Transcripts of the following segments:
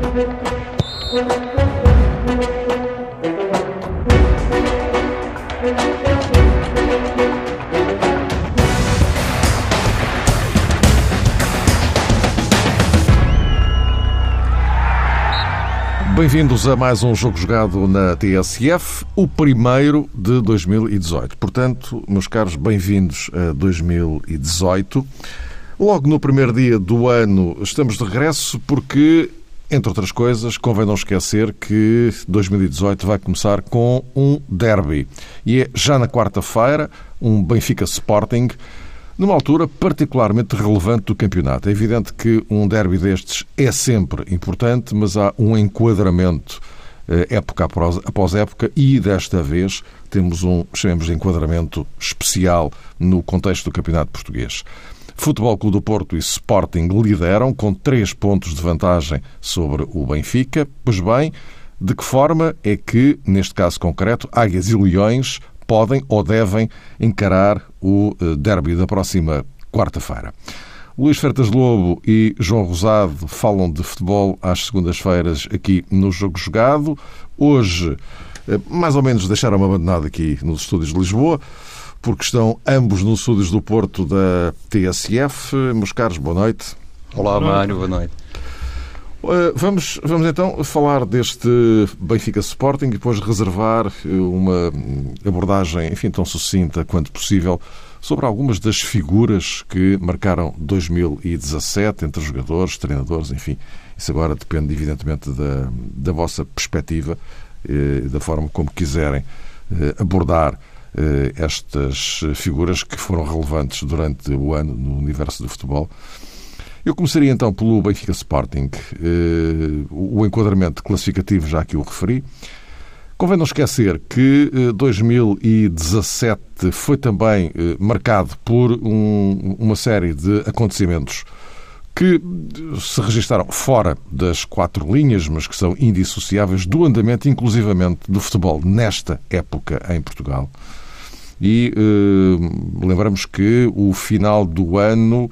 Bem-vindos a mais um Jogo Jogado na TSF, o primeiro de 2018. Portanto, meus caros, bem-vindos a 2018. Logo no primeiro dia do ano estamos de regresso porque, entre outras coisas, convém não esquecer que 2018 vai começar com um derby. E é já na quarta-feira, um Benfica Sporting, numa altura particularmente relevante do campeonato. É evidente que um derby destes é sempre importante, mas há um enquadramento época após época e desta vez temos chamemos de enquadramento especial no contexto do campeonato português. Futebol Clube do Porto e Sporting lideram com 3 pontos de vantagem sobre o Benfica. Pois bem, de que forma é que, neste caso concreto, Águias e Leões podem ou devem encarar o derby da próxima quarta-feira? Luís Fertas Lobo e João Rosado falam de futebol às segundas-feiras aqui no Jogo Jogado. Hoje, mais ou menos, deixaram-me abandonado aqui nos estúdios de Lisboa, porque estão ambos nos estúdios do Porto da TSF. Meus caros, boa noite. Olá, Mário, boa noite. Vamos então falar deste Benfica Sporting e depois reservar uma abordagem, enfim, tão sucinta quanto possível sobre algumas das figuras que marcaram 2017 entre jogadores, treinadores, enfim. Isso agora depende, evidentemente, da vossa perspectiva, da forma como quiserem abordar estas figuras que foram relevantes durante o ano no universo do futebol. Eu começaria então pelo Benfica Sporting. O enquadramento classificativo já aqui o referi. Convém não esquecer que 2017 foi também marcado por uma série de acontecimentos que se registaram fora das 4 linhas, mas que são indissociáveis do andamento, inclusivamente, do futebol nesta época em Portugal. E lembramos que o final do ano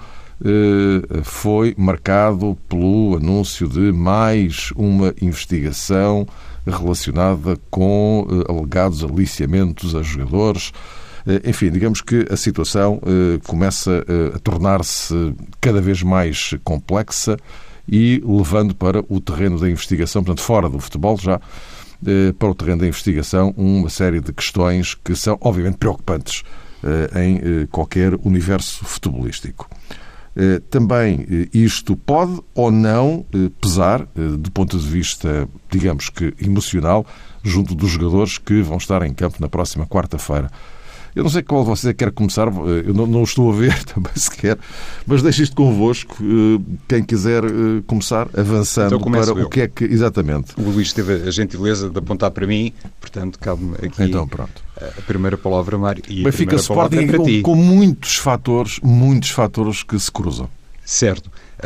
foi marcado pelo anúncio de mais uma investigação relacionada com alegados aliciamentos a jogadores. Enfim, digamos que a situação começa a tornar-se cada vez mais complexa e levando para o terreno da investigação, portanto, fora do futebol já, para o terreno da investigação, uma série de questões que são, obviamente, preocupantes em qualquer universo futebolístico. Também isto pode ou não pesar, do ponto de vista, digamos que emocional, junto dos jogadores que vão estar em campo na próxima quarta-feira. Eu não sei qual de vocês quer começar, eu não estou a ver também sequer, mas deixo isto convosco, quem quiser começar, avançando então, para o que é que... Exatamente. O Luís teve a gentileza de apontar para mim, portanto, cabe-me aqui então, pronto. A primeira palavra, Mário, e a primeira palavra é para ti. Com muitos fatores que se cruzam. Certo.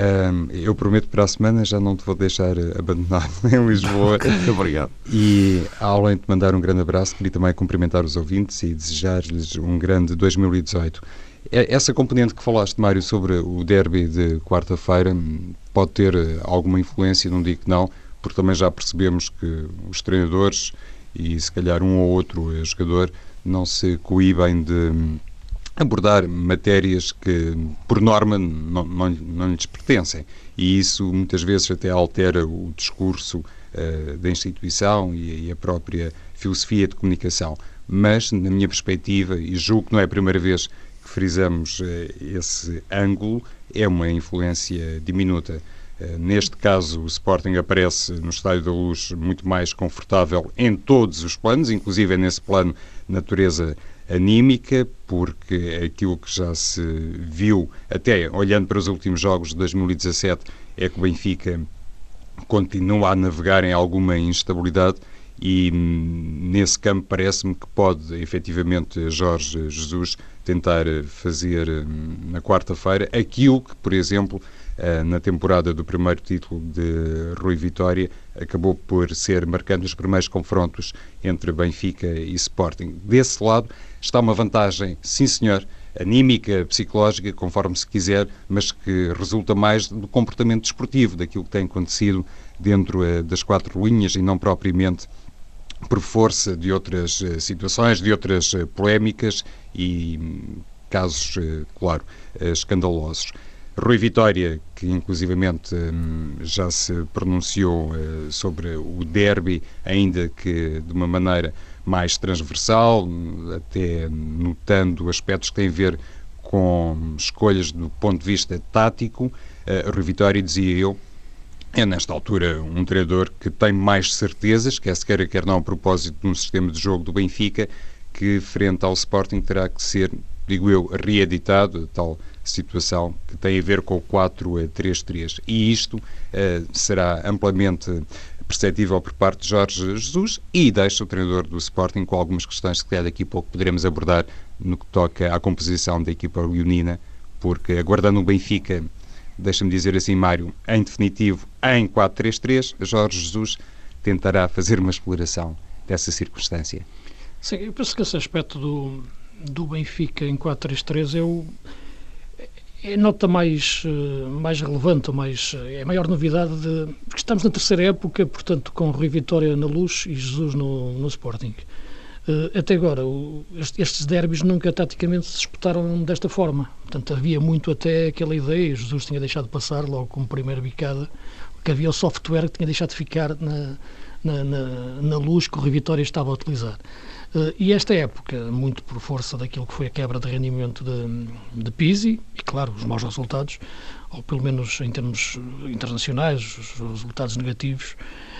Eu prometo para a semana já não te vou deixar abandonado em Lisboa. Obrigado. E, além de mandar um grande abraço, queria também cumprimentar os ouvintes e desejar-lhes um grande 2018. Essa componente que falaste, Mário, sobre o derby de quarta-feira pode ter alguma influência, não digo que não, porque também já percebemos que os treinadores e se calhar um ou outro jogador não se coíbem de abordar matérias que, por norma, não lhes pertencem. E isso, muitas vezes, até altera o discurso da instituição e a própria filosofia de comunicação. Mas, na minha perspectiva, e julgo que não é a primeira vez que frisamos esse ângulo, é uma influência diminuta. Neste caso, o Sporting aparece no Estádio da Luz muito mais confortável em todos os planos, inclusive nesse plano natureza anímica, porque aquilo que já se viu, até olhando para os últimos jogos de 2017, é que o Benfica continua a navegar em alguma instabilidade e nesse campo parece-me que pode efetivamente Jorge Jesus tentar fazer na quarta-feira aquilo que, por exemplo, na temporada do primeiro título de Rui Vitória acabou por ser marcando os primeiros confrontos entre Benfica e Sporting. Desse lado está uma vantagem, sim senhor, anímica, psicológica, conforme se quiser, mas que resulta mais do comportamento desportivo, daquilo que tem acontecido dentro das 4 linhas e não propriamente por força de outras situações, de outras polémicas e casos, claro, escandalosos. Rui Vitória, que inclusivamente já se pronunciou sobre o derby, ainda que de uma maneira mais transversal, até notando aspectos que têm a ver com escolhas do ponto de vista tático. Rui Vitória, dizia eu, é nesta altura um treinador que tem mais certezas, quer se queira, quer não, a propósito de um sistema de jogo do Benfica, que frente ao Sporting terá que ser, digo eu, reeditado, tal situação que tem a ver com o 4-3-3. E isto será amplamente perceptível por parte de Jorge Jesus e deixa o treinador do Sporting com algumas questões que daqui a pouco poderemos abordar no que toca à composição da equipa leonina, porque aguardando o Benfica, deixa-me dizer assim, Mário, em definitivo, em 4-3-3, Jorge Jesus tentará fazer uma exploração dessa circunstância. Sim, eu penso que esse aspecto do Benfica em 4-3-3 é a nota mais relevante, é a maior novidade, porque estamos na terceira época, portanto, com Rui Vitória na Luz e Jesus no Sporting. Até agora, estes derbys nunca taticamente se disputaram desta forma. Portanto, havia muito até aquela ideia, Jesus tinha deixado passar logo como primeira bicada, que havia o software que tinha deixado de ficar na Luz que o Rui Vitória estava a utilizar. E esta época, muito por força daquilo que foi a quebra de rendimento de Pizzi, e claro, os maus resultados, ou pelo menos em termos internacionais, os resultados negativos,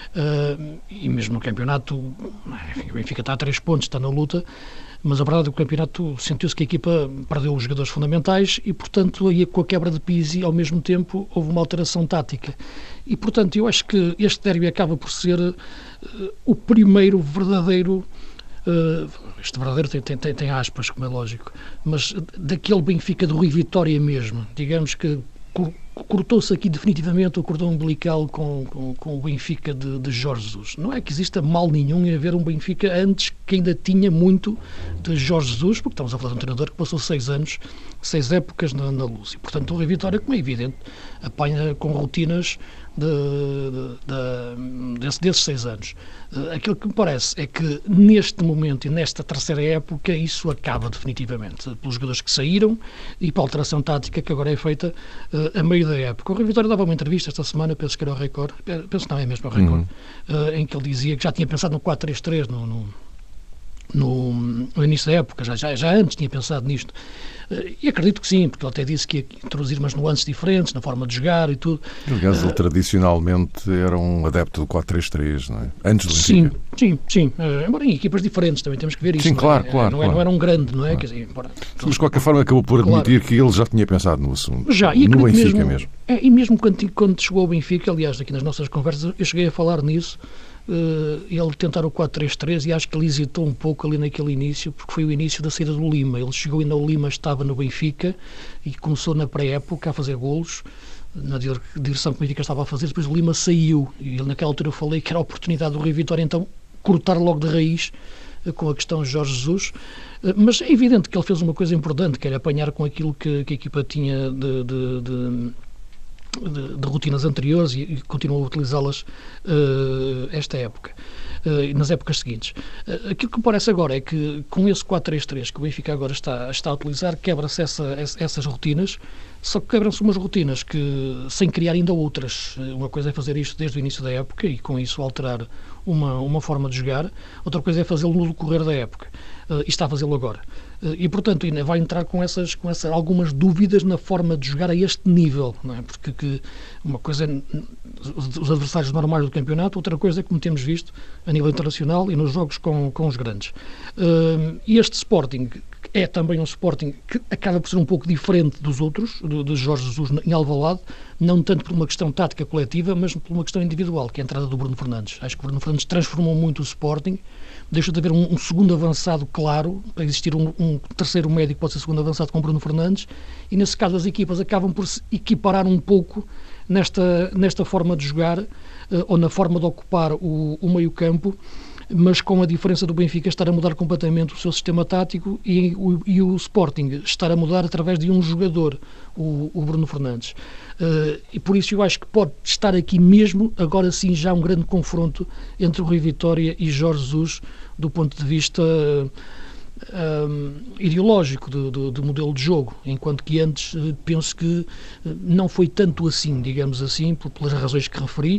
e mesmo no campeonato, enfim, o Benfica está a 3 pontos, está na luta, mas a verdade é que o campeonato sentiu-se que a equipa perdeu os jogadores fundamentais e, portanto, aí com a quebra de Pizzi, ao mesmo tempo, houve uma alteração tática. E, portanto, eu acho que este derby acaba por ser o primeiro verdadeiro... este verdadeiro tem aspas, como é lógico, mas daquele Benfica do Rui Vitória mesmo, digamos que cortou-se aqui definitivamente o cordão umbilical com o Benfica de Jorge Jesus. Não é que exista mal nenhum em haver um Benfica antes que ainda tinha muito de Jorge Jesus, porque estamos a falar de um treinador que passou 6 anos, 6 épocas na Luz. E, portanto, o Rui Vitória, como é evidente, apanha com rotinas desses 6 anos. Aquilo que me parece é que neste momento e nesta terceira época isso acaba definitivamente pelos jogadores que saíram e pela alteração tática que agora é feita a meio da época. O Rui Vitória dava uma entrevista esta semana, penso que era ao Record, penso que não é mesmo ao Record, em que ele dizia que já tinha pensado no 4-3-3 no início da época, já antes tinha pensado nisto. E acredito que sim, porque ele até disse que ia introduzir umas nuances diferentes na forma de jogar e tudo. Aliás, ele tradicionalmente era um adepto do 4-3-3, não é? Antes do Benfica. Sim. Embora em equipas diferentes, também temos que ver isso. Sim, claro. Não era um grande, não é? Claro. Quer dizer, embora, mas, de qualquer forma, acabou por admitir que ele já tinha pensado no assunto. E no Benfica mesmo. E mesmo quando chegou ao Benfica, aliás, aqui nas nossas conversas, eu cheguei a falar nisso, ele tentar o 4-3-3 e acho que ele hesitou um pouco ali naquele início, porque foi o início da saída do Lima. Ele chegou ainda ao Lima, estava no Benfica e começou na pré-época a fazer golos na direção que o Benfica estava a fazer. Depois o Lima saiu e naquela altura eu falei que era a oportunidade do Rui Vitória então cortar logo de raiz com a questão de Jorge Jesus, mas é evidente que ele fez uma coisa importante, que era apanhar com aquilo que a equipa tinha de rotinas anteriores e continuou a utilizá-las esta época, nas épocas seguintes. Aquilo que me parece agora é que com esse 4-3-3 que o Benfica agora está a utilizar, quebra-se essas rotinas, só que quebram-se umas rotinas que, sem criar ainda outras. Uma coisa é fazer isto desde o início da época e com isso alterar uma forma de jogar, outra coisa é fazê-lo no decorrer da época, e está a fazê-lo agora. E, portanto, ainda vai entrar com essas algumas dúvidas na forma de jogar a este nível, não é? Porque uma coisa é os adversários normais do campeonato, outra coisa é como temos visto a nível internacional e nos jogos com os grandes. E este Sporting é também um Sporting que acaba por ser um pouco diferente dos outros, de Jorge Jesus em Alvalade, não tanto por uma questão tática coletiva, mas por uma questão individual, que é a entrada do Bruno Fernandes. Acho que o Bruno Fernandes transformou muito o Sporting, deixou de haver um segundo avançado claro, para existir um terceiro médio que pode ser segundo avançado com o Bruno Fernandes, e nesse caso as equipas acabam por se equiparar um pouco nesta forma de jogar, ou na forma de ocupar o meio-campo, mas com a diferença do Benfica estar a mudar completamente o seu sistema tático e o Sporting estar a mudar através de um jogador. o Bruno Fernandes. E por isso eu acho que pode estar aqui mesmo, agora sim, já um grande confronto entre o Rui Vitória e Jorge Jesus, do ponto de vista ideológico do modelo de jogo, enquanto que antes penso que não foi tanto assim, digamos assim, pelas razões que referi,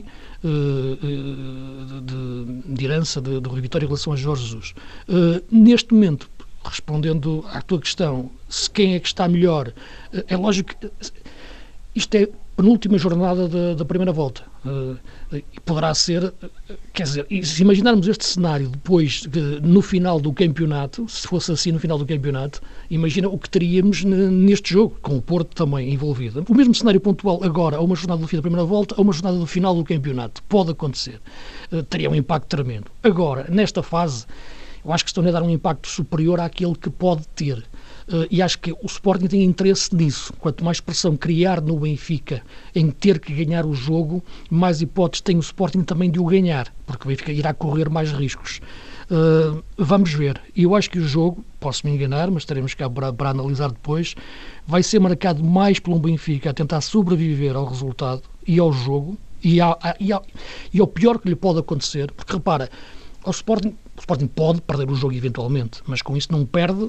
de herança do Rui Vitória em relação a Jorge Jesus. Neste momento, respondendo à tua questão, se quem é que está melhor, é lógico que isto é a penúltima jornada da primeira volta. E poderá ser, quer dizer, se imaginarmos este cenário depois, no final do campeonato, se fosse assim no final do campeonato, imagina o que teríamos neste jogo, com o Porto também envolvido. O mesmo cenário pontual agora, a uma jornada do fim da primeira volta, a uma jornada do final do campeonato. Pode acontecer. Teria um impacto tremendo. Agora, nesta fase, eu acho que estão a dar um impacto superior àquele que pode ter. E acho que o Sporting tem interesse nisso. Quanto mais pressão criar no Benfica em ter que ganhar o jogo, mais hipóteses tem o Sporting também de o ganhar, porque o Benfica irá correr mais riscos. Vamos ver. Eu acho que o jogo, posso me enganar, mas teremos cá para analisar depois, vai ser marcado mais pelo Benfica a tentar sobreviver ao resultado e ao jogo e ao pior que lhe pode acontecer, porque repara, o Sporting pode perder o jogo eventualmente, mas com isso não perde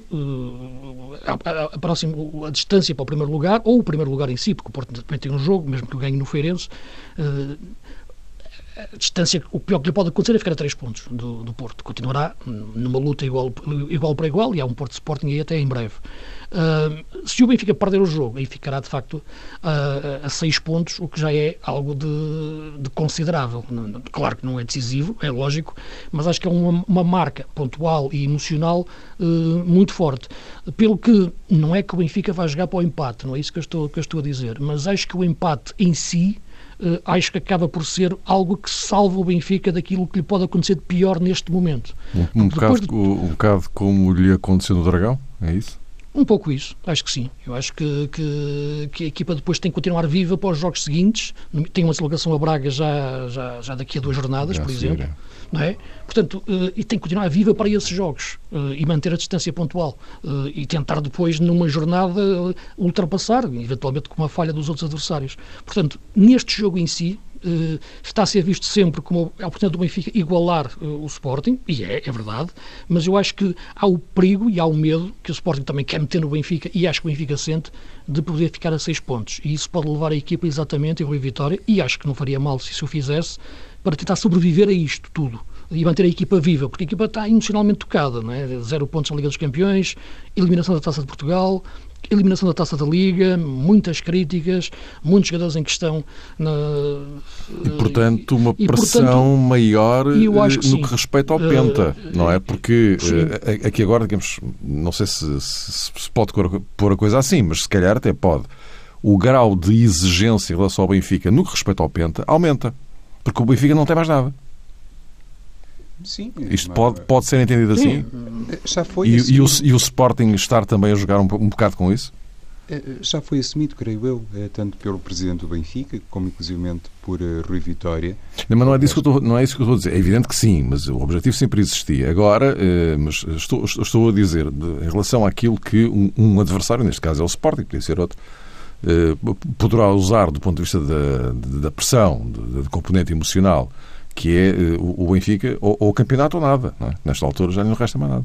a distância para o primeiro lugar ou o primeiro lugar em si, porque o Porto também tem um jogo, mesmo que o ganhe no Feirense, a distância, o pior que lhe pode acontecer é ficar a 3 pontos do Porto. Continuará numa luta igual para igual e há um Porto Sporting aí até em breve. Se o Benfica perder o jogo, aí ficará de facto a 6 pontos, o que já é algo de considerável. Claro que não é decisivo, é lógico, mas acho que é uma marca pontual e emocional muito forte. Pelo que não é que o Benfica vai jogar para o empate, não é isso que eu estou a dizer, mas acho que o empate em si acho que acaba por ser algo que salva o Benfica daquilo que lhe pode acontecer de pior neste momento. Um bocado como lhe aconteceu no Dragão, é isso? Um pouco isso, acho que sim. Eu acho que a equipa depois tem que continuar viva para os jogos seguintes. Tem uma deslocação a Braga já daqui a 2 jornadas, por exemplo. Não é? Portanto, e tem que continuar viva para esses jogos e manter a distância pontual e tentar depois, numa jornada, ultrapassar, eventualmente com uma falha dos outros adversários. Portanto, neste jogo em si, está a ser visto sempre como a oportunidade do Benfica igualar o Sporting, e é verdade, mas eu acho que há o perigo e há o medo que o Sporting também quer meter no Benfica, e acho que o Benfica sente, de poder ficar a 6 pontos. E isso pode levar a equipa exatamente a Rui Vitória, e acho que não faria mal se o fizesse, para tentar sobreviver a isto tudo e manter a equipa viva, porque a equipa está emocionalmente tocada, não é? 0 pontos na Liga dos Campeões, eliminação da Taça de Portugal, eliminação da Taça da Liga, muitas críticas, muitos jogadores em questão e portanto uma pressão maior no que respeita ao Penta, não é? Porque aqui agora, digamos, não sei se pode pôr a coisa assim, mas se calhar até pode. O grau de exigência em relação ao Benfica no que respeita ao Penta aumenta, porque o Benfica não tem mais nada. Sim, isto pode ser entendido assim? Já foi e o Sporting estar também a jogar um bocado com isso? Já foi assumido, creio eu, tanto pelo Presidente do Benfica, como inclusivamente por Rui Vitória. Não, mas não é isso que eu estou a dizer. É evidente que sim, mas o objetivo sempre existia. Agora, mas estou a dizer, em relação àquilo que um adversário, neste caso é o Sporting, podia ser outro, poderá usar do ponto de vista da pressão, da componente emocional, que é o Benfica, ou o campeonato ou nada. Não é? Nesta altura já não resta mais nada.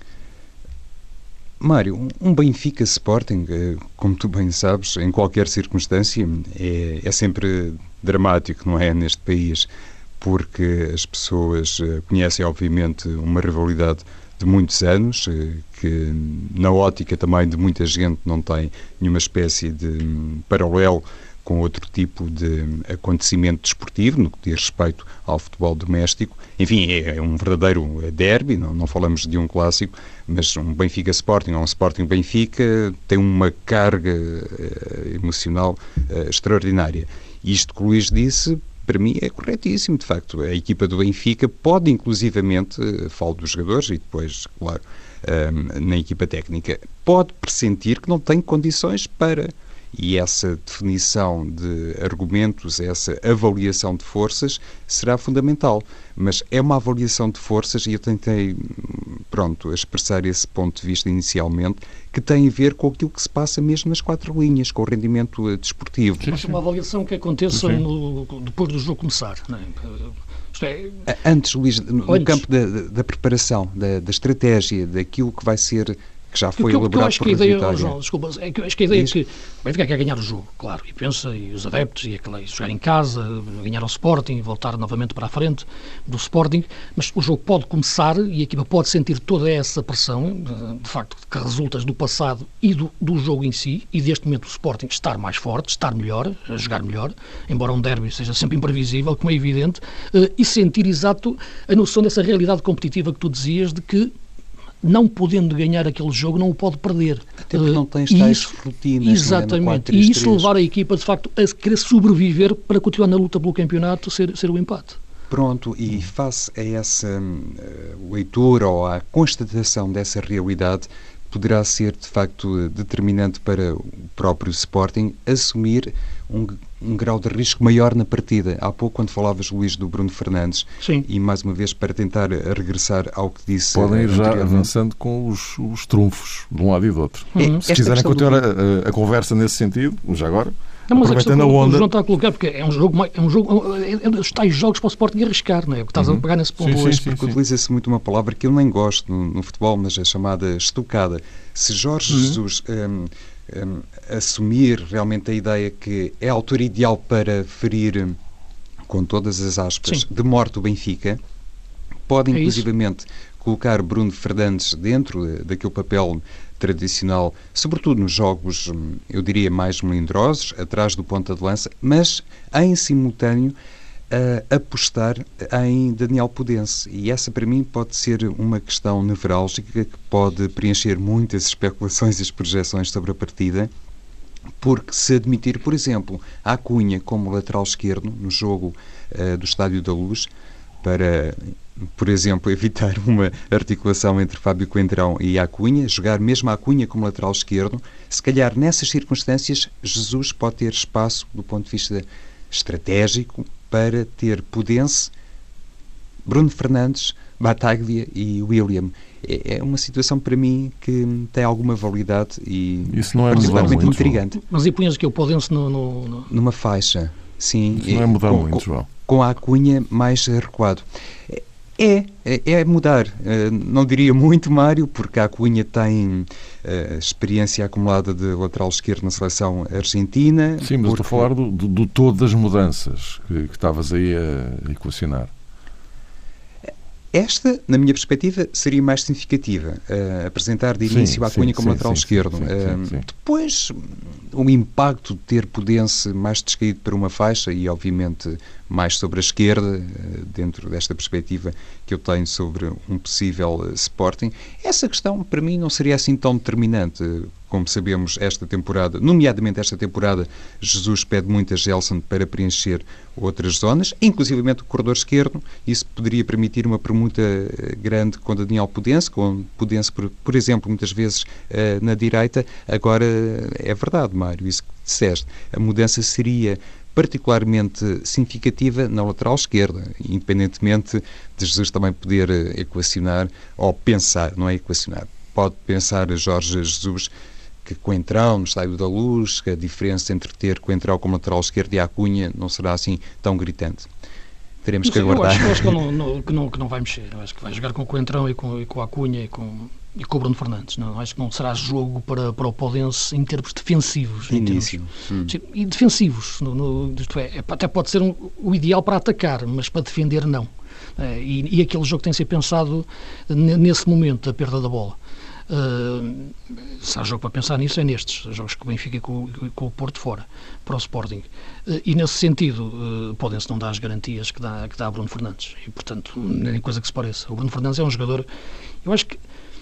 Mário, um Benfica Sporting, como tu bem sabes, em qualquer circunstância, é sempre dramático, não é, neste país, porque as pessoas conhecem, obviamente, uma rivalidade de muitos anos, que na ótica também de muita gente não tem nenhuma espécie de paralelo com outro tipo de acontecimento desportivo, no que diz respeito ao futebol doméstico. Enfim, é um verdadeiro derby, não falamos de um clássico, mas um Benfica-Sporting ou um Sporting-Benfica tem uma carga emocional extraordinária. Isto que o Luís disse, para mim, é corretíssimo, de facto. A equipa do Benfica pode, inclusivamente, falo dos jogadores e depois, claro, na equipa técnica, pode pressentir que não tem condições para... E essa definição de argumentos, essa avaliação de forças será fundamental. Mas é uma avaliação de forças, e eu tentei pronto a expressar esse ponto de vista inicialmente, que tem a ver com aquilo que se passa mesmo nas 4 linhas, com o rendimento desportivo. Mas uma avaliação que aconteça depois do jogo começar, não é? Isto é... Antes, Luís, no campo da preparação, da estratégia, daquilo que vai ser, que já foi elaborado por Vitória. João, desculpa, acho que a ideia é que o Benfica quer ganhar o jogo, claro, e pensa, e os adeptos, e jogar em casa, ganhar ao Sporting, voltar novamente para a frente do Sporting, mas o jogo pode começar e a equipa pode sentir toda essa pressão, de facto, que resulta do passado e do jogo em si, e deste momento o Sporting estar mais forte, estar melhor, a jogar melhor, embora um derby seja sempre imprevisível, como é evidente, e sentir exato a noção dessa realidade competitiva que tu dizias, de que não podendo ganhar aquele jogo, não o pode perder. Até porque não tens tais rotinas. Exatamente. E isso levar a equipa, de facto, a querer sobreviver para continuar na luta pelo campeonato, ser o empate. Pronto, e face a essa leitura ou à constatação dessa realidade, poderá ser, de facto, determinante para o próprio Sporting assumir um grau de risco maior na partida. Há pouco, quando falavas, Luís, do Bruno Fernandes, sim, e mais uma vez para tentar regressar ao que disse... Podem ir já avançando com os trunfos de um lado e do outro. Se quiserem continuar a conversa nesse sentido, já agora... Não, mas a questão que o João está a colocar, porque é os tais jogos para o Sporting arriscar, não é? Porque estás a pegar nesse ponto hoje. Porque utiliza-se muito uma palavra que eu nem gosto no futebol, mas é chamada estocada. Se Jorge Jesus assumir realmente a ideia que é a altura ideal para ferir, com todas as aspas, de morte o Benfica, pode inclusivamente colocar Bruno Fernandes dentro daquele papel tradicional, sobretudo nos jogos, eu diria, mais melindrosos, atrás do ponta de lança, mas em simultâneo apostar em Daniel Pudense. E essa, para mim, pode ser uma questão nevrálgica que pode preencher muitas especulações e as projeções sobre a partida, porque se admitir, por exemplo, a Acunha como lateral esquerdo no jogo do Estádio da Luz, para, por exemplo, evitar uma articulação entre Fábio Coentrão e Acunha, jogar mesmo a Acunha como lateral esquerdo, se calhar nessas circunstâncias Jesus pode ter espaço do ponto de vista estratégico para ter Pudense, Bruno Fernandes, Bataglia e William. É uma situação para mim que tem alguma validade e isso não é particularmente intrigante. Mas e punhas aqui o Pudense numa faixa, sim. Isso não é mudar muito, João. Com a Acunha mais recuado. É mudar. Não diria muito, Mário, porque a Acunha tem experiência acumulada de lateral esquerdo na seleção argentina. Sim, mas estou a falar do todo das mudanças que estavas aí a equacionar. Esta, na minha perspectiva, seria mais significativa. Apresentar de início a Acunha como lateral esquerdo. Depois, o impacto de ter Pudense mais descaído para uma faixa e, obviamente, mais sobre a esquerda, dentro desta perspectiva que eu tenho sobre um possível Sporting, essa questão, para mim, não seria assim tão determinante. Como sabemos, esta temporada, nomeadamente esta temporada, Jesus pede muito a Gelson para preencher outras zonas, inclusivamente o corredor esquerdo. Isso poderia permitir uma permuta grande com Daniel Pudense, com Pudense, por exemplo, muitas vezes na direita. Agora, é verdade, Mário, isso que disseste. A mudança seria particularmente significativa na lateral esquerda, independentemente de Jesus também poder equacionar, ou pensar, não é equacionar, pode pensar a Jorge Jesus que Coentrão no Estádio da Luz, que a diferença entre ter Coentrão como lateral esquerdo e a Acunha não será assim tão gritante. Teremos que aguardar. Eu acho que não vai mexer. Eu acho que vai jogar com o Coentrão e com a Acunha e com o Bruno Fernandes. Não, acho que não será jogo para o Pudense em termos defensivos. Início. E defensivos. Isto é, até pode ser o ideal para atacar, mas para defender não. E aquele jogo tem de ser pensado nesse momento, a perda da bola. Se há jogo para pensar nisso, é nestes jogos que o Benfica e com o Porto fora, para o Sporting. E nesse sentido, podem-se não dar as garantias que dá a Bruno Fernandes. E, portanto, nem coisa que se pareça. O Bruno Fernandes é um jogador, eu acho que,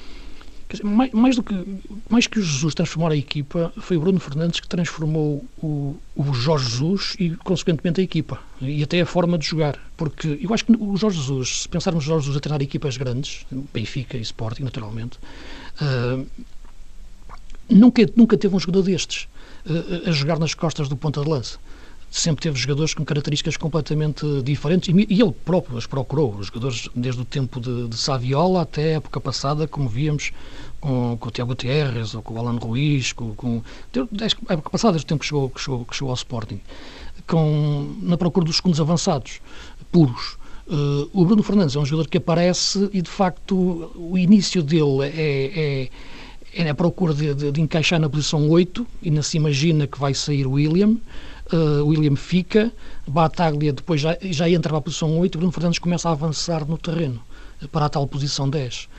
mais que o Jesus transformar a equipa, foi o Bruno Fernandes que transformou o Jorge Jesus e, consequentemente, a equipa. E até a forma de jogar. Porque eu acho que o Jorge Jesus, se pensarmos no Jorge Jesus a treinar equipas grandes, Benfica e Sporting, naturalmente, nunca teve um jogador destes a jogar nas costas do ponta de lança. sempre teve jogadores com características completamente diferentes e ele próprio as procurou, os jogadores desde o tempo de Saviola até a época passada, como víamos com o Tiago Gutierrez ou com o Alan Ruiz, a época passada, desde o tempo que chegou ao Sporting, na procura dos segundos avançados, puros. O Bruno Fernandes é um jogador que aparece e, de facto, o início dele é a procura de encaixar na posição 8 e não se imagina que vai sair o William. O William fica, Bataglia depois já entra para a posição 8 e Bruno Fernandes começa a avançar no terreno para a tal posição 10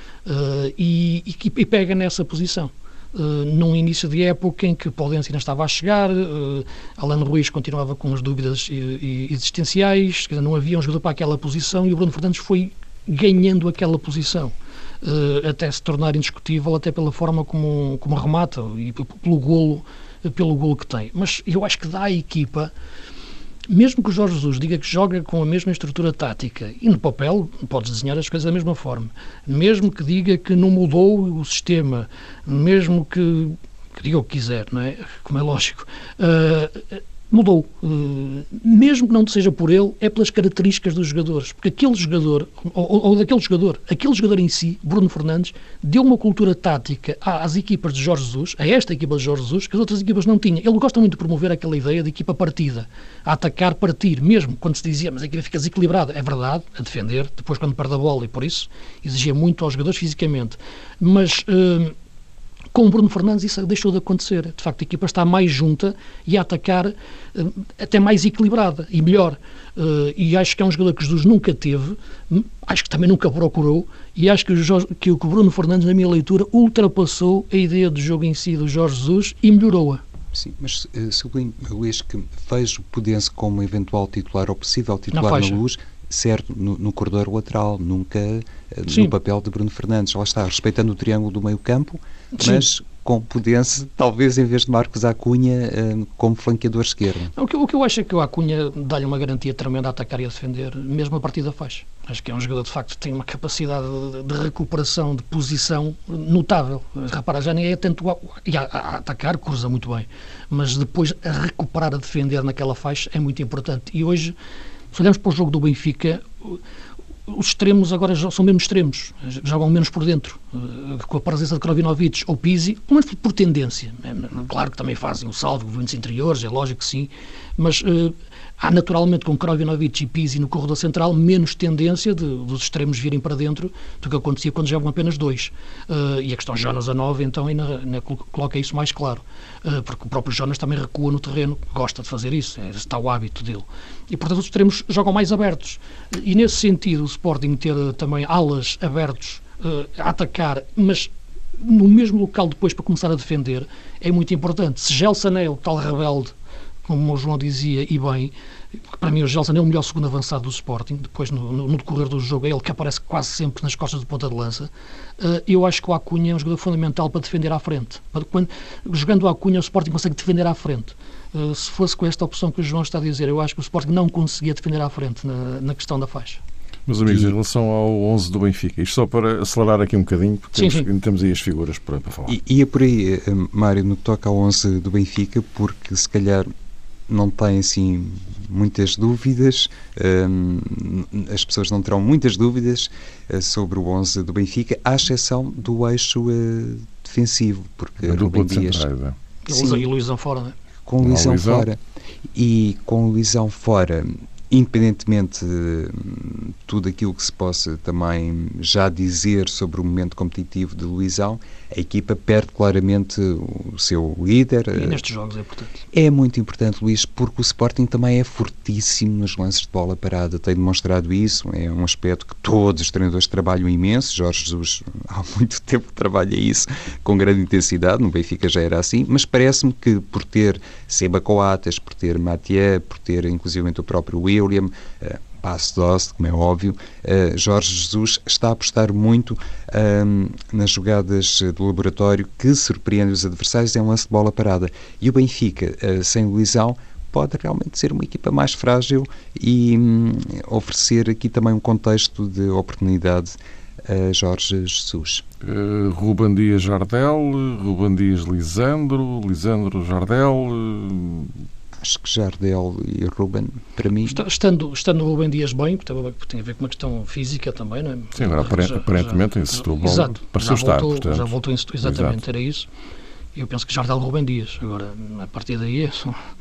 e pega nessa posição. Num início de época em que Paulense ainda estava a chegar, Alan Ruiz continuava com as dúvidas existenciais, não havia um jogador para aquela posição e o Bruno Fernandes foi ganhando aquela posição, até se tornar indiscutível, até pela forma como remata e pelo golo que tem. Mas eu acho que dá à equipa, mesmo que o Jorge Jesus diga que joga com a mesma estrutura tática, e no papel podes desenhar as coisas da mesma forma, mesmo que diga que não mudou o sistema, mesmo que diga o que quiser, não é? Como é lógico, mudou. Mesmo que não seja por ele, é pelas características dos jogadores, porque aquele jogador, ou daquele jogador, aquele jogador em si, Bruno Fernandes, deu uma cultura tática às equipas de Jorge Jesus, a esta equipa de Jorge Jesus, que as outras equipas não tinham. Ele gosta muito de promover aquela ideia de equipa partida, a atacar, partir, mesmo quando se dizia, mas a equipa fica desequilibrada, é verdade, a defender, depois quando perde a bola, e por isso exigia muito aos jogadores fisicamente, mas com o Bruno Fernandes isso deixou de acontecer. De facto, a equipa está mais junta e a atacar até mais equilibrada e melhor. E acho que é um jogador que Jesus nunca teve, acho que também nunca procurou, e acho que o Bruno Fernandes, na minha leitura, ultrapassou a ideia de jogo em si do Jorge Jesus e melhorou-a. Sim, mas sublinho, Luís, que vejo o Pudense como eventual titular ou possível titular na Luz, certo, no corredor lateral, nunca no papel de Bruno Fernandes. Lá está, respeitando o triângulo do meio-campo, mas com Pudense, talvez em vez de Marcos Acunha, como flanqueador esquerdo. O que eu acho é que o Acunha dá-lhe uma garantia tremenda a atacar e a defender, mesmo a partir da faixa. Acho que é um jogador, de facto, que tem uma capacidade de recuperação de posição notável. Repara, já nem é tanto a atacar, cruza muito bem, mas depois a recuperar, a defender naquela faixa é muito importante. E hoje, se olharmos para o jogo do Benfica, os extremos agora já são menos extremos, jogam menos por dentro, com a presença de Krovinovic ou Pizzi, pelo menos por tendência. Claro que também fazem o salto, movimentos interiores, é lógico que sim, mas há naturalmente com Krovinovic e Pizzi no corredor central menos tendência dos extremos virem para dentro do que acontecia quando jogam apenas dois. E a questão Jonas a 9 então ainda coloca isso mais claro, porque o próprio Jonas também recua no terreno, gosta de fazer isso, está o hábito dele. E portanto os extremos jogam mais abertos. E nesse sentido o Sporting ter também alas abertos a atacar, mas no mesmo local depois para começar a defender, é muito importante. Se Gelson é o tal rebelde, como o João dizia, e bem, para mim o Gelson é o melhor segundo avançado do Sporting, depois no decorrer do jogo é ele que aparece quase sempre nas costas de ponta de lança. Eu acho que o Acunha é um jogador fundamental para defender à frente. Jogando o Acunha, o Sporting consegue defender à frente. Se fosse com esta opção que o João está a dizer, eu acho que o Sporting não conseguia defender à frente na questão da faixa. Meus amigos, em relação ao 11 do Benfica, isto só para acelerar aqui um bocadinho, porque temos aí as figuras para falar. E é por aí, Mário, no que toca ao 11 do Benfica, porque se calhar não tem assim muitas dúvidas, as pessoas não terão muitas dúvidas sobre o 11 do Benfica, à exceção do eixo defensivo, porque Rubem Dias... E Luizão fora, não é? Com Luizão fora. E com Luizão fora, independentemente de tudo aquilo que se possa também já dizer sobre o momento competitivo de Luizão, a equipa perde claramente o seu líder. E nestes jogos é importante. É muito importante, Luís, porque o Sporting também é fortíssimo nos lances de bola parada. Tem demonstrado isso. É um aspecto que todos os treinadores trabalham imenso. Jorge Jesus há muito tempo trabalha isso com grande intensidade. No Benfica já era assim. Mas parece-me que por ter Seba Coates, por ter Mathieu, por ter inclusive o próprio William, Passo Doce, como é óbvio, Jorge Jesus está a apostar muito nas jogadas de laboratório que surpreendem os adversários em lance de bola parada. E o Benfica, sem Luizão, pode realmente ser uma equipa mais frágil e oferecer aqui também um contexto de oportunidade a Jorge Jesus. Rubem Dias Jardel, Rubem Dias Lisandro Jardel, Acho que Jardel e Ruben, para mim... Estando o Ruben Dias bem, porque tem a ver com uma questão física também, não é? Sim, agora aparentemente em Setúbal pareceu estar, portanto. Já voltou em Setúbal, exatamente, era isso. Eu penso que Jardel Ruben Dias. Agora, a partir daí,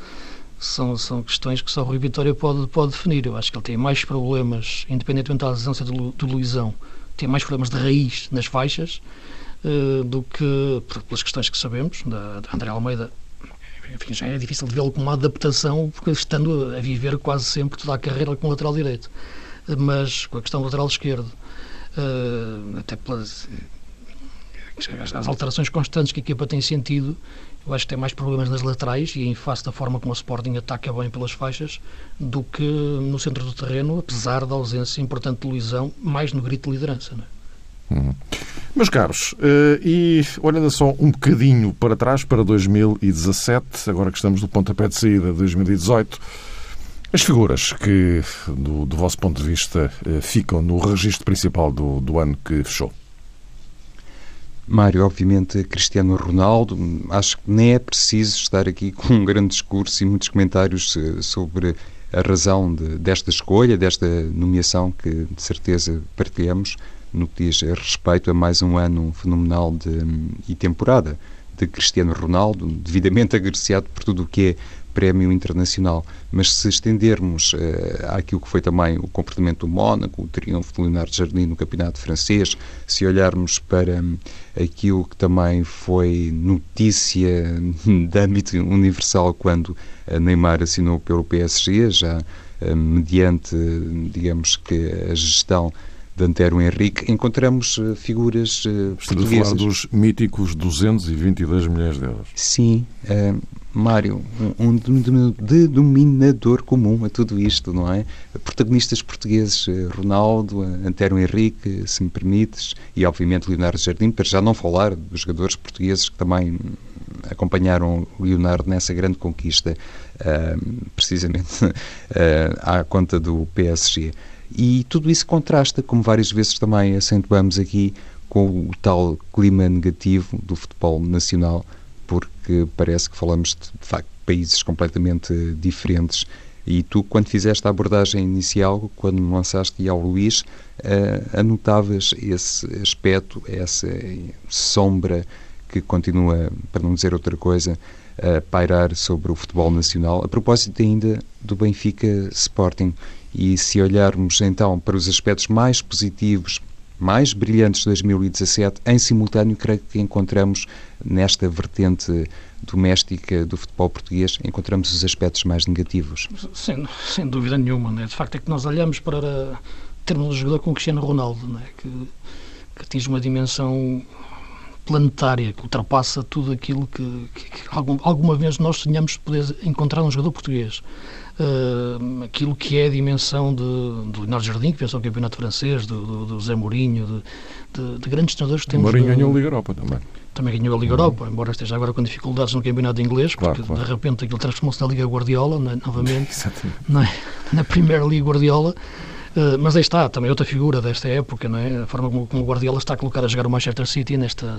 são questões que só o Rui Vitória pode definir. Eu acho que ele tem mais problemas, independentemente da ausência do Luizão, tem mais problemas de raiz nas faixas do que pelas questões que sabemos, da André Almeida. Enfim, já é difícil de vê-lo com uma adaptação, porque estando a viver quase sempre toda a carreira com o lateral direito. Mas com a questão do lateral esquerdo, até pelas as alterações constantes que a equipa tem sentido, eu acho que tem mais problemas nas laterais e em face da forma como o Sporting ataca bem pelas faixas do que no centro do terreno, apesar da ausência importante de Luizão, mais no grito de liderança, não é? Meus caros, e olhando só um bocadinho para trás, para 2017, agora que estamos no pontapé de saída de 2018, as figuras que, do vosso ponto de vista, ficam no registro principal do ano que fechou? Mário, obviamente, Cristiano Ronaldo. Acho que nem é preciso estar aqui com um grande discurso e muitos comentários sobre a razão desta escolha, desta nomeação, que de certeza partilhamos no que diz respeito a mais um ano fenomenal e temporada de Cristiano Ronaldo, devidamente agraciado por tudo o que é prémio internacional. Mas se estendermos àquilo que foi também o comportamento do Mónaco, o triunfo de Leonardo Jardim no campeonato francês, se olharmos para aquilo que também foi notícia de âmbito universal quando Neymar assinou pelo PSG, já mediante, digamos que a gestão de Antero Henrique, encontramos figuras portuguesas. Estamos a falar dos míticos 222 milhões de euros. Sim, Mário, um denominador comum a tudo isto, não é? Protagonistas portugueses, Ronaldo, Antero Henrique, se me permites, e obviamente Leonardo Jardim, para já não falar dos jogadores portugueses que também acompanharam Leonardo nessa grande conquista, precisamente à conta do PSG. E tudo isso contrasta, como várias vezes também acentuamos aqui, com o tal clima negativo do futebol nacional, porque parece que falamos de facto de países completamente diferentes. E tu, quando fizeste a abordagem inicial, quando me lançaste ao Luís, anotavas esse aspecto, essa sombra que continua, para não dizer outra coisa, a pairar sobre o futebol nacional. A propósito ainda do Benfica Sporting. E se olharmos então para os aspectos mais positivos, mais brilhantes de 2017, em simultâneo, creio que encontramos nesta vertente doméstica do futebol português, encontramos os aspectos mais negativos. Sem dúvida nenhuma, né? De facto é que nós olhamos para termos um jogador como Cristiano Ronaldo, né? que atinge uma dimensão planetária, que ultrapassa tudo aquilo que alguma vez nós sonhamos poder encontrar num jogador português. Aquilo que é a dimensão do Leonardo Jardim, que venceu o campeonato francês, do Zé Mourinho, de grandes treinadores que temos. Mourinho ganhou a Liga Europa também. Também ganhou a Liga Europa, embora esteja agora com dificuldades no campeonato inglês, porque claro. De repente aquilo transformou-se na Liga Guardiola, novamente, na Premier League Guardiola. Mas aí está, também outra figura desta época, não é? A forma como o Guardiola está a colocar a jogar o Manchester City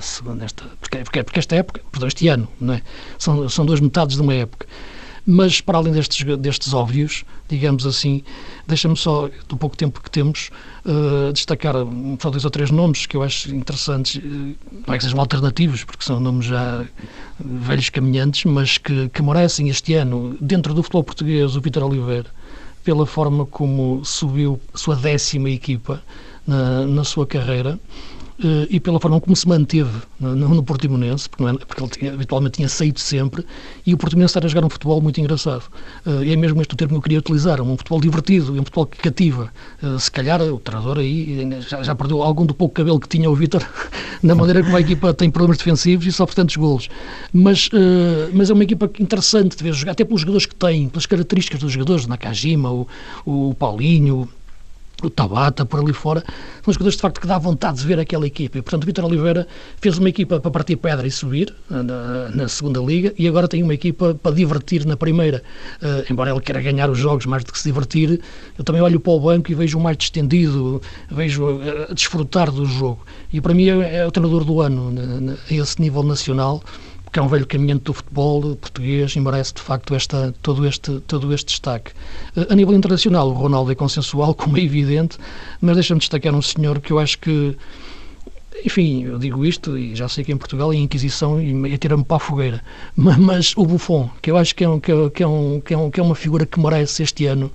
porque esta época, perdão, este ano, não é? São duas metades de uma época. Mas, para além destes óbvios, digamos assim, deixa-me só, do pouco tempo que temos, destacar só 2 ou 3 nomes que eu acho interessantes, não é que sejam alternativos, porque são nomes já velhos caminhantes, mas que merecem este ano, dentro do futebol português, o Vítor Oliveira, pela forma como subiu a sua 10ª equipa na sua carreira, e pela forma como se manteve no Portimonense, porque ele habitualmente tinha saído sempre, e o Portimonense está a jogar um futebol muito engraçado. E é mesmo este o termo que eu queria utilizar, um futebol divertido e um futebol que cativa. Se calhar o treinador aí já perdeu algum do pouco cabelo que tinha o Vítor na maneira como a equipa tem problemas defensivos e sofre tantos golos. Mas é uma equipa interessante de ver jogar, até pelos jogadores que tem, pelas características dos jogadores, o Nakajima, o Paulinho, o Tabata, por ali fora, são jogadores de facto que dá vontade de ver aquela equipa. E, portanto, o Vítor Oliveira fez uma equipa para partir pedra e subir na segunda liga, e agora tem uma equipa para divertir na primeira. Embora ele queira ganhar os jogos mais do que se divertir, eu também olho para o banco e vejo-o mais distendido, vejo a desfrutar do jogo. E para mim é o treinador do ano a esse nível nacional, porque é um velho caminhante do futebol português e merece, de facto, todo este destaque. A nível internacional, o Ronaldo é consensual, como é evidente, mas deixa-me destacar um senhor que eu acho que, enfim, eu digo isto e já sei que em Portugal é a Inquisição e tira-me para a fogueira, mas o Buffon, que eu acho que é uma figura que merece este ano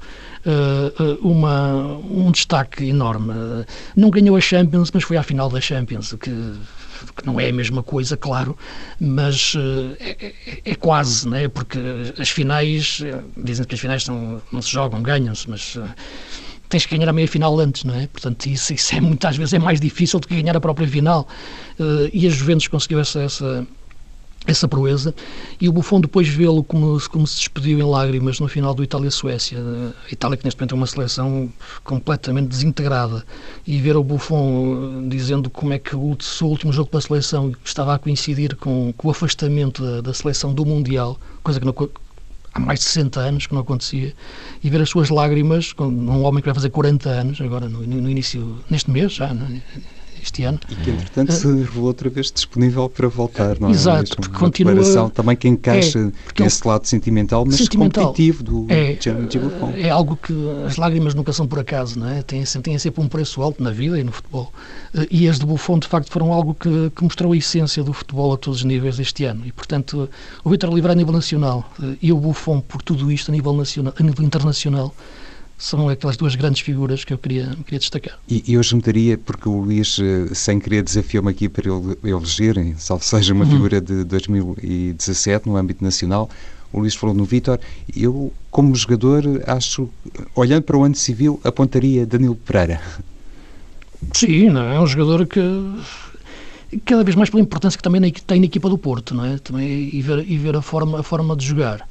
um destaque enorme. Não ganhou a Champions, mas foi à final da Champions, que não é a mesma coisa, claro, mas é quase, não é? Porque as finais, dizem que as finais não se jogam, ganham-se, mas tens que ganhar a meia-final antes, não é? Portanto, isso é muitas vezes é mais difícil do que ganhar a própria final. E a Juventus conseguiu essa proeza, e o Buffon, depois vê-lo como se despediu em lágrimas no final do Itália-Suécia. A Itália, que neste momento é uma seleção completamente desintegrada, e ver o Buffon dizendo como é que o seu último jogo pela seleção estava a coincidir com o afastamento da seleção do Mundial, coisa que há mais de 60 anos que não acontecia, e ver as suas lágrimas, num homem que vai fazer 40 anos, agora no início, neste mês já, este ano. E que, entretanto, se revelou outra vez disponível para voltar, não é? Exato, porque continua... também que encaixa nesse lado sentimental, mas competitivo do Gianluigi Buffon. É algo que as lágrimas nunca são por acaso, não é? Têm sempre um preço alto na vida e no futebol. E as de Buffon, de facto, foram algo que mostrou a essência do futebol a todos os níveis este ano. E, portanto, o Vítor Oliveira a nível nacional e o Buffon, por tudo isto, a nível internacional, são aquelas duas grandes figuras que eu queria destacar. E hoje meteria, porque o Luís, sem querer, desafiou-me aqui para ele eleger, salvo seja uma figura de 2017 no âmbito nacional. O Luís falou no Vítor. Eu, como jogador, acho, olhando para o ano civil, apontaria Danilo Pereira. Sim, não, é um jogador que cada vez mais pela importância que também tem na equipa do Porto, não é? Também, e ver a forma de jogar.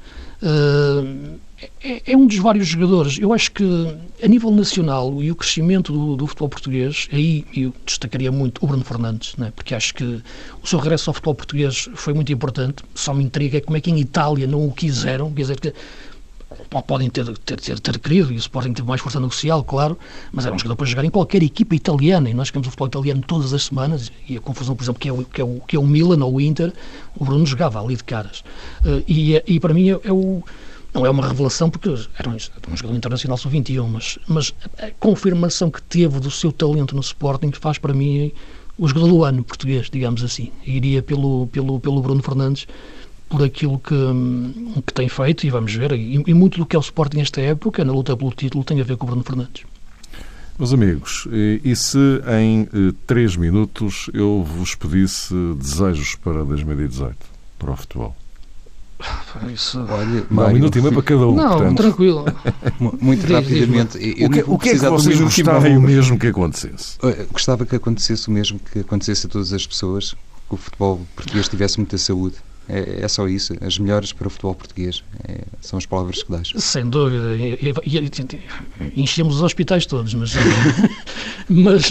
É um dos vários jogadores. Eu acho que a nível nacional e o crescimento do futebol português, aí eu destacaria muito o Bruno Fernandes, não é? Porque acho que o seu regresso ao futebol português foi muito importante. Só me intriga como é que em Itália não o quiseram, quer dizer que podem ter querido, e o Sporting teve mais força negocial, claro, mas era um jogador para jogar em qualquer equipa italiana, e nós jogamos o futebol italiano todas as semanas, e a confusão, por exemplo, que é o Milan ou o Inter, o Bruno jogava ali de caras. E para mim não é uma revelação, porque era um jogador internacional sub-21, mas a confirmação que teve do seu talento no Sporting faz para mim o jogador do ano português, digamos assim. E iria pelo Bruno Fernandes, por aquilo que tem feito, e vamos ver, e muito do que é o Sporting nesta época, na luta pelo título, tem a ver com o Bruno Fernandes. Meus amigos, e se em 3 minutos eu vos pedisse desejos para 2018, para o futebol? Isso... Olha, Mário, um minuto e meio para cada um. Não, portanto. tranquilo. Muito rapidamente. O que é que vocês gostavam mesmo que acontecesse? Gostava que acontecesse o mesmo que acontecesse a todas as pessoas, que o futebol português tivesse muita saúde. É só isso. As melhores para o futebol português. São as palavras que dás. Sem dúvida. Enchemos os hospitais todos, mas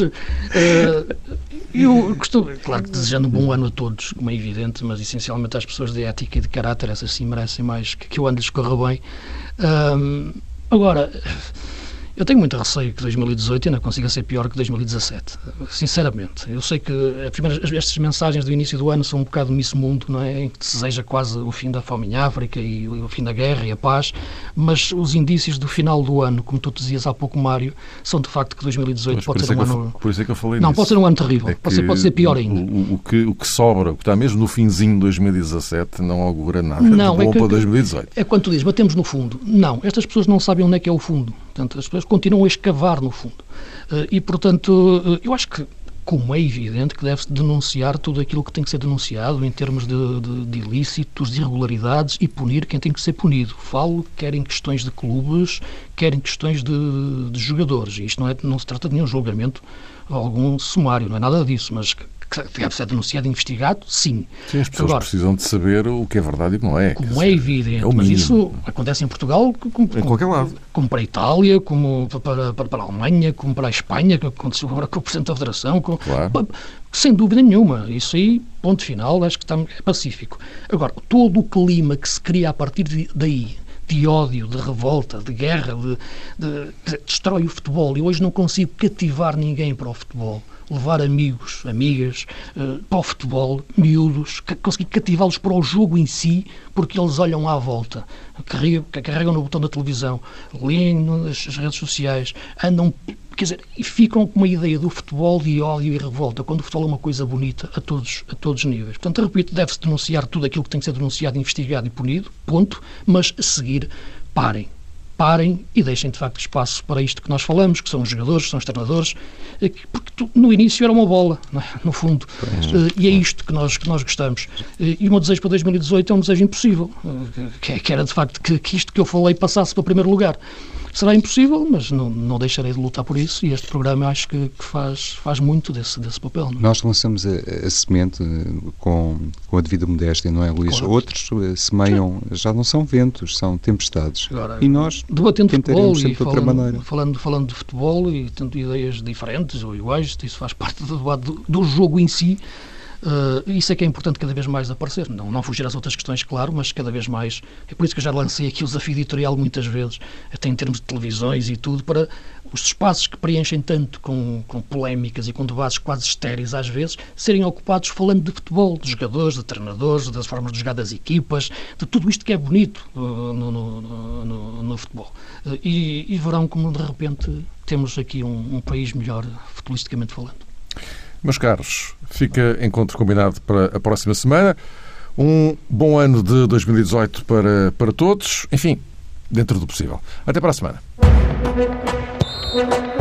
eu costumo, claro que desejando um bom ano a todos, como é evidente, mas essencialmente às pessoas de ética e de caráter, essas sim merecem mais que o ano lhes corra bem. Agora, eu tenho muito receio que 2018 ainda consiga ser pior que 2017, sinceramente. Eu sei que estas mensagens do início do ano são um bocado Miss Mundo, não é? Em que se deseja quase o fim da fome em África e o fim da guerra e a paz, mas os indícios do final do ano, como tu dizias há pouco, Mário, são de facto que 2018 pode ser um ano... Por isso é que eu falei Não, nisso. pode ser um ano terrível, pode ser pior ainda. O que sobra, o que está mesmo no finzinho de 2017, não augura nada de bom para 2018. É quando tu dizes, batemos no fundo. Não, estas pessoas não sabem onde é que é o fundo. Portanto, as pessoas continuam a escavar no fundo. E, portanto, eu acho que, como é evidente, que deve-se denunciar tudo aquilo que tem que ser denunciado em termos de ilícitos, de irregularidades, e punir quem tem que ser punido. Falo quer em questões de clubes, quer em questões de jogadores. E isto não se trata de nenhum julgamento, algum sumário, não é nada disso, mas que deve ser denunciado e investigado, sim. Sim, as pessoas precisam de saber o que é verdade e o que não é. Como é evidente, mas isso acontece em Portugal, em qualquer lado. Como para a Itália, como para a Alemanha, como para a Espanha, que aconteceu agora com o Presidente da Federação. Claro. Sem dúvida nenhuma. Isso aí, ponto final, acho que é pacífico. Agora, todo o clima que se cria a partir daí, de ódio, de revolta, de guerra, destrói o futebol. E hoje não consigo cativar ninguém para o futebol. levar amigos, amigas para o futebol, miúdos, conseguir cativá-los para o jogo em si, porque eles olham à volta, carregam no botão da televisão, leem nas redes sociais, andam, quer dizer, e ficam com uma ideia do futebol de ódio e revolta, quando o futebol é uma coisa bonita a todos os níveis. Portanto, repito, deve-se denunciar tudo aquilo que tem que ser denunciado, investigado e punido, ponto, mas a seguir, parem e deixem de facto espaço para isto que nós falamos, que são os jogadores, que são os treinadores, porque no início era uma bola, não é? No fundo, e é isto que nós gostamos. E o meu desejo para 2018 é um desejo impossível, que era de facto que isto que eu falei passasse para o primeiro lugar. Será impossível, mas não deixarei de lutar por isso, e este programa acho que faz muito desse papel. Não é? Nós lançamos a semente com a devida modéstia, não é, Luís? Claro. Outros semeiam, já não são ventos, são tempestades. Agora, e nós debatendo futebol sempre de outra maneira. Falando de futebol e tendo ideias diferentes ou iguais, isso faz parte do debate do jogo em si. Isso é que é importante cada vez mais aparecer. Não fugir às outras questões, claro, mas cada vez mais. É por isso que eu já lancei aqui o desafio editorial muitas vezes, até em termos de televisões e tudo, para os espaços que preenchem tanto com polémicas e com debates quase estéreis às vezes, serem ocupados falando de futebol, de jogadores, de treinadores, das formas de jogar das equipas, de tudo isto que é bonito no futebol. E verão como de repente temos aqui um país melhor futebolisticamente falando. Meus caros, fica encontro combinado para a próxima semana. Um bom ano de 2018 para todos. Enfim, dentro do possível. Até para a semana.